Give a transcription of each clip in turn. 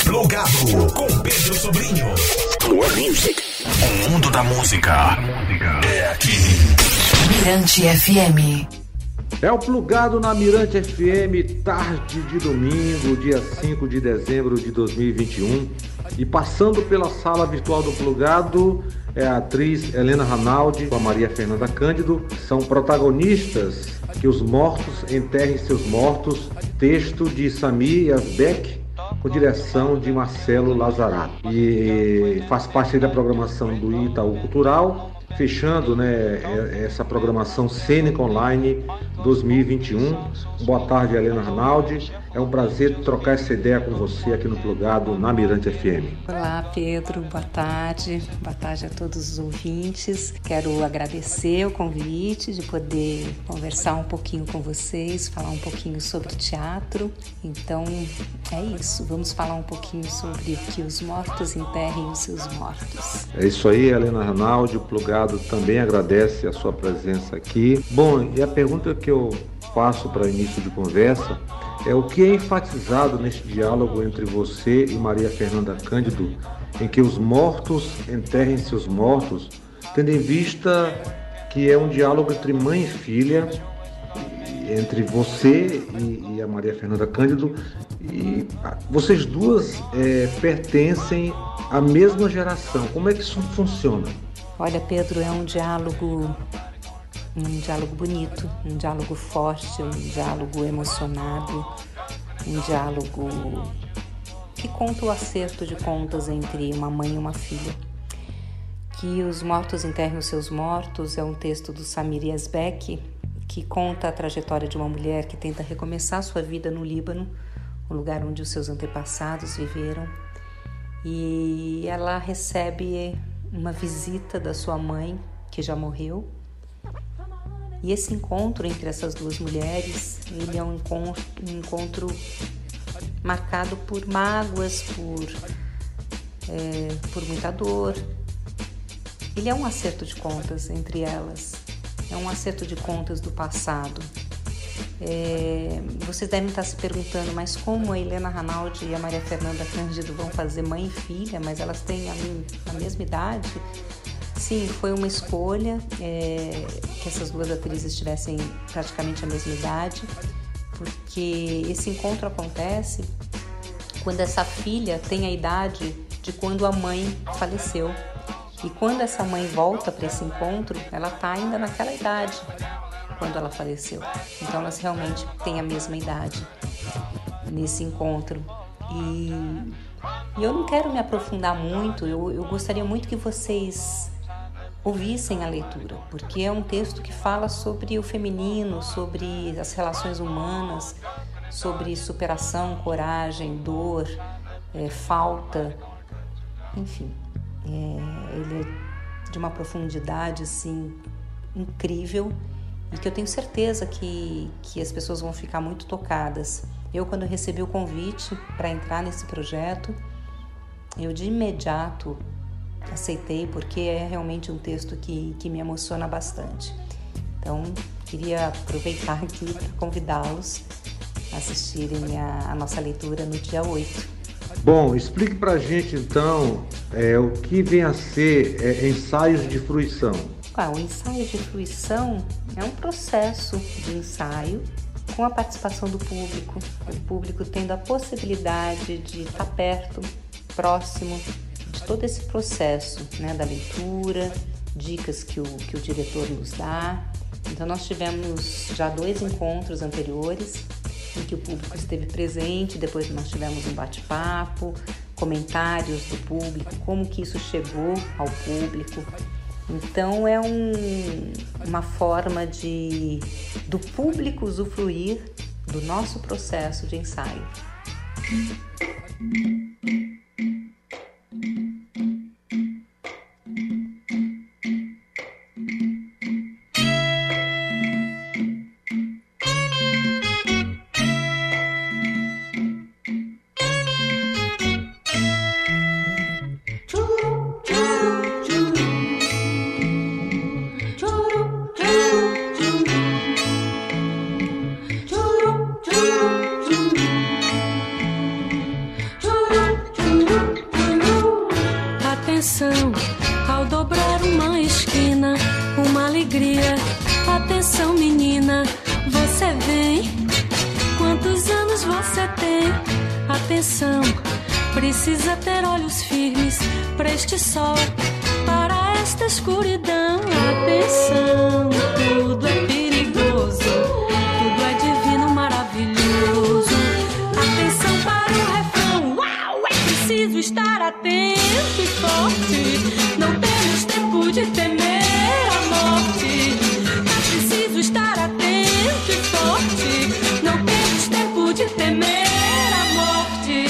Plugado com Pedro Sobrinho. More music. O mundo da música é aqui. Mirante FM. É o Plugado na Mirante FM, tarde de domingo, dia 5 de dezembro de 2021. E passando pela sala virtual do Plugado é a atriz Helena Ranaldi com a Maria Fernanda Cândido. São protagonistas que os mortos enterrem seus mortos. Texto de Samir Yazbek, com direção de Marcelo Lazarato. E faz parte da programação do Itaú Cultural, fechando, essa programação Cênica Online 2021. Boa tarde, Helena Ranaldi. É um prazer trocar essa ideia com você aqui no Plugado, na Mirante FM. Olá, Pedro. Boa tarde. Boa tarde a todos os ouvintes. Quero agradecer o convite de poder conversar um pouquinho com vocês, falar um pouquinho sobre teatro. Então, é isso. Vamos falar um pouquinho sobre que os mortos enterrem os seus mortos. É isso aí, Helena Ranaldi. O Plugado também agradece a sua presença aqui. Bom, e a pergunta que eu faço para início de conversa é o que é enfatizado neste diálogo entre você e Maria Fernanda Cândido, em que os mortos enterrem seus mortos, tendo em vista que é um diálogo entre mãe e filha, entre você e a Maria Fernanda Cândido, e vocês duas pertencem à mesma geração. Como é que isso funciona? Olha, Pedro, é um diálogo bonito, um diálogo forte, um diálogo emocionado, um diálogo que conta o acerto de contas entre uma mãe e uma filha. Que os mortos enterrem os seus mortos é um texto do Samir Yazbek, que conta a trajetória de uma mulher que tenta recomeçar sua vida no Líbano, o lugar onde os seus antepassados viveram, e ela recebe uma visita da sua mãe, que já morreu. E esse encontro entre essas duas mulheres, ele é um encontro marcado por mágoas, por muita dor. Ele é um acerto de contas entre elas, é um acerto de contas do passado. Vocês devem estar se perguntando, mas como a Helena Ranaldi e a Maria Fernanda Cândido vão fazer mãe e filha, mas elas têm a mesma idade? Sim, foi uma escolha que essas duas atrizes tivessem praticamente a mesma idade, porque esse encontro acontece quando essa filha tem a idade de quando a mãe faleceu. E quando essa mãe volta para esse encontro, ela está ainda naquela idade quando ela faleceu. Então elas realmente têm a mesma idade nesse encontro. E eu não quero me aprofundar muito, eu gostaria muito que vocês ouvissem a leitura, porque é um texto que fala sobre o feminino, sobre as relações humanas, sobre superação, coragem, dor, falta, enfim. Ele é de uma profundidade assim, incrível, e que eu tenho certeza que as pessoas vão ficar muito tocadas. Eu, quando recebi o convite para entrar nesse projeto, eu de imediato aceitei, porque é realmente um texto que me emociona bastante. Então, queria aproveitar aqui para convidá-los a assistirem a nossa leitura no dia 8. Bom, explique para a gente então o que vem a ser ensaios de fruição. O ensaio de fruição é um processo de ensaio com a participação do público, o público tendo a possibilidade de estar perto, próximo de todo esse processo, da leitura, dicas que o diretor nos dá. Então nós tivemos já 2 encontros anteriores em que o público esteve presente, depois nós tivemos um bate-papo, comentários do público, como que isso chegou ao público. Então é uma forma do público usufruir do nosso processo de ensaio. Atenção, ao dobrar uma esquina, uma alegria. Atenção, menina, você vem. Quantos anos você tem? Atenção, precisa ter olhos firmes para este sol, para esta escuridão. Atenção, tudo é perigoso, tudo é divino, maravilhoso. Atenção para o refrão, uau, é preciso estar atento e forte. Não temos tempo de temer a morte. É preciso estar atento e forte. Não temos tempo de temer a morte.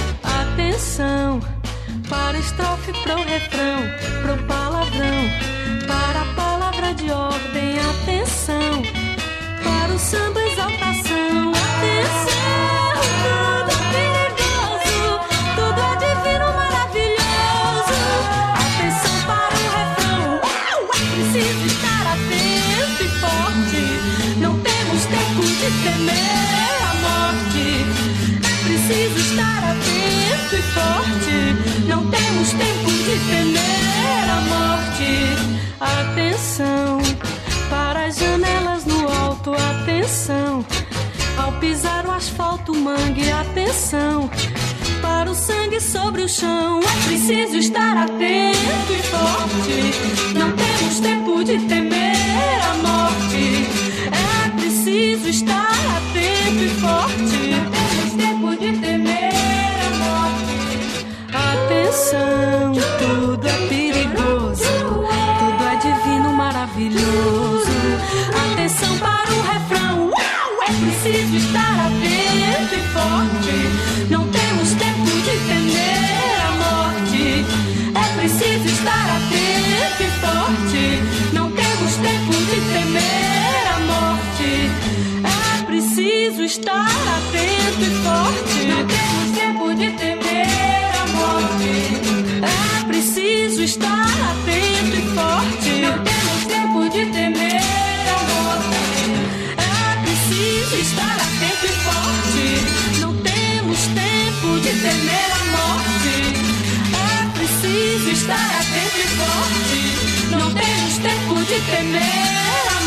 Atenção para a estrofe, pro refrão, pro palavrão, para a palavra de ordem. Atenção para o samba, exaltação. Atenção, tudo é perigoso, tudo é divino, maravilhoso. Atenção para o refrão, uau, é preciso estar atento e forte. Não temos tempo de temer a morte. É preciso estar atento e forte. Não temos tempo de temer a morte. Atenção para as janelas no alto. Atenção ao pisar o asfalto, mangue. Atenção para o sangue sobre o chão. É preciso estar atento e forte. Não temos tempo de temer a morte. É preciso estar atento e forte. Não temos tempo de temer a morte. Atenção, tudo é perigoso, tudo é divino, maravilhoso. Atenção para o refrão, uau, é preciso estar atento e forte. Não temos tempo de temer a morte. É preciso estar atento e forte. Não temos tempo de temer a morte. É preciso estar atento e forte. Não temos tempo de temer a morte. É preciso estar atento e forte. Não temos tempo de temer a morte. É preciso estar atento e forte. Não temos tempo de temer a morte. É preciso estar atento e forte. Não temos tempo de temer a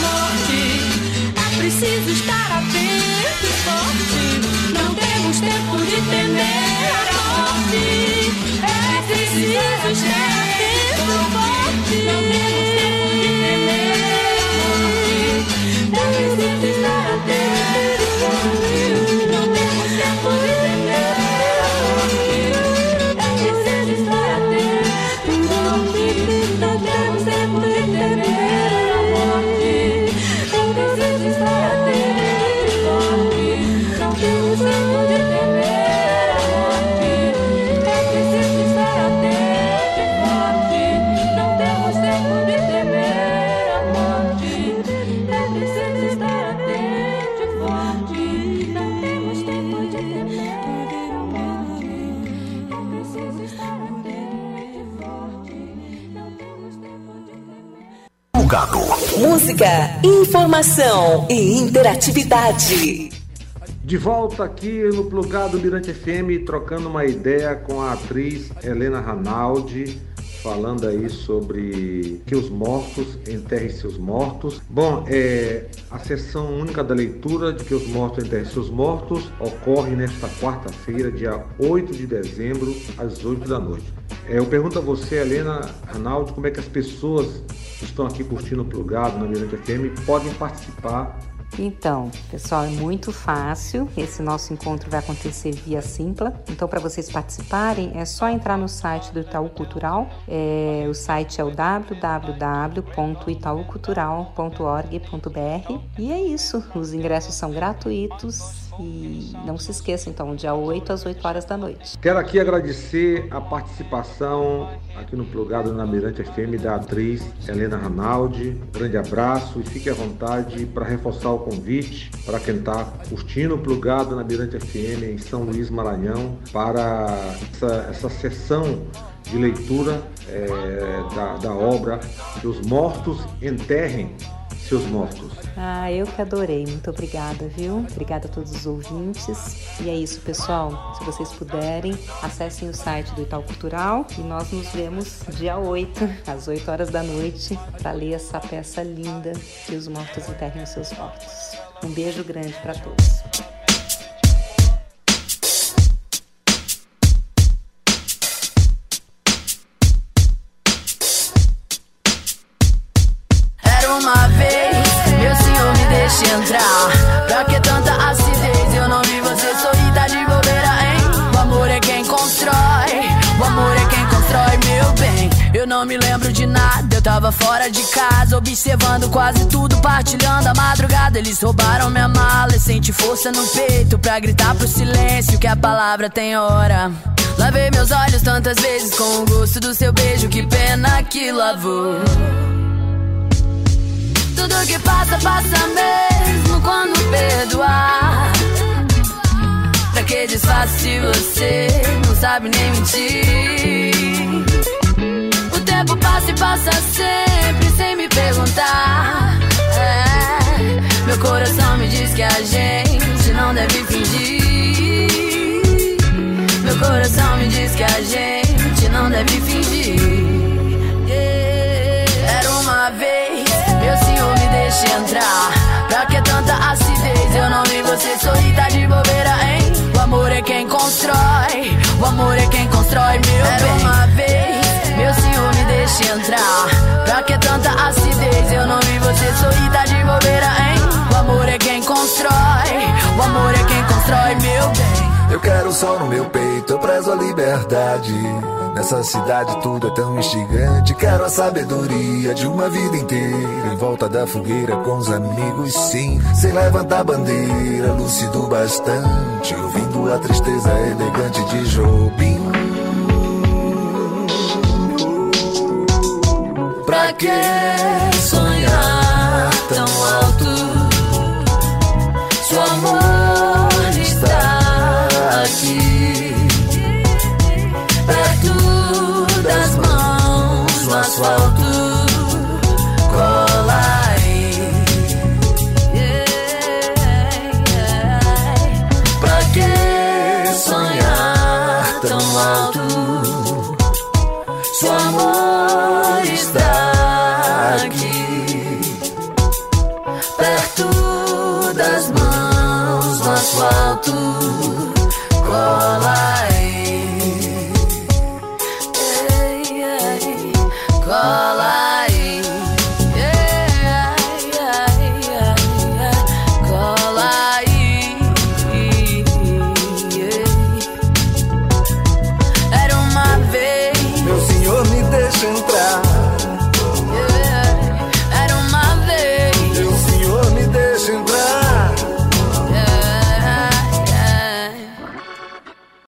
morte. É preciso estar atento e forte. Não temos tempo de temer a morte. É preciso estar atento e forte. Não temos tempo de temer a morte. É preciso estar atento e forte. Não temos tempo de temer a morte. É preciso estar atento e forte. Não temos tempo de temer a morte. É preciso estar atento e forte. Não temos tempo de temer a morte. É preciso estar atento e forte. Não temos tempo de temer a morte. É preciso estar atento e forte. Não temos tempo de temer a morte. É preciso estar atento e forte. Não temos tempo de temer. Plugado. Música, informação e interatividade. De volta aqui no Plugado Mirante FM, trocando uma ideia com a atriz Helena Ranaldi, falando aí sobre que os mortos enterrem seus mortos. Bom, a sessão única da leitura de que os mortos enterrem seus mortos ocorre nesta quarta-feira, dia 8 de dezembro, às 8 da noite. Eu pergunto a você, Helena Ranaldi, como é que as pessoas que estão aqui curtindo o Plugado na Mirante FM podem participar. Então, pessoal, é muito fácil. Esse nosso encontro vai acontecer via Simpla. Então, para vocês participarem, é só entrar no site do Itaú Cultural. O site é o www.itaucultural.org.br. E é isso. Os ingressos são gratuitos. E não se esqueçam, então, dia 8 às 8 horas da noite. Quero aqui agradecer a participação aqui no Plugado na Mirante FM da atriz Helena Ranaldi. Grande abraço e fique à vontade para reforçar o convite para quem está curtindo o Plugado na Mirante FM em São Luís, Maranhão, para essa sessão de leitura da obra Que os Mortos Enterrem seus mortos. Eu que adorei. Muito obrigada, viu? Obrigada a todos os ouvintes. E é isso, pessoal. Se vocês puderem, acessem o site do Itaú Cultural e nós nos vemos dia 8, às 8 horas da noite, para ler essa peça linda, Que os Mortos Enterrem os Seus Mortos. Um beijo grande para todos. Uma vez, meu senhor, me deixe entrar. Pra que tanta acidez? Eu não vi você sorrir, tá de bobeira, hein? O amor é quem constrói, o amor é quem constrói, meu bem. Eu não me lembro de nada, eu tava fora de casa, observando quase tudo, partilhando a madrugada. Eles roubaram minha mala e senti força no peito pra gritar pro silêncio que a palavra tem hora. Lavei meus olhos tantas vezes com o gosto do seu beijo, que pena que lavou. Tudo que passa, passa mesmo quando perdoar. Pra que disfarce se você não sabe nem mentir? O tempo passa e passa sempre sem me perguntar. Meu coração me diz que a gente não deve fingir. Meu coração me diz que a gente não deve fingir. Era uma vez, meu senhor, me deixe entrar. Pra que tanta acidez? Eu não vi você sorrir, tá de bobeira, hein? O amor é quem constrói, o amor é quem constrói, meu bem. Era uma vez, meu senhor, me deixe entrar. Pra que tanta acidez? Eu não vi você sorrir, tá de bobeira, hein? O amor é quem constrói, o amor é quem constrói, meu bem. Eu quero o sol no meu peito, eu prezo a liberdade. Nessa cidade tudo é tão instigante. Quero a sabedoria de uma vida inteira em volta da fogueira com os amigos, sim. Sem levantar bandeira, lúcido bastante, ouvindo a tristeza elegante de Jobim. Pra que sonhar tão alto? Se o amor está aqui, perto das mãos no asfalto, cola aí. Pra que sonhar tão alto? Se o amor está aqui, perto das mãos no asfalto, cola aí. Cola aí. Cola aí. Era uma vez, meu senhor, me deixa entrar.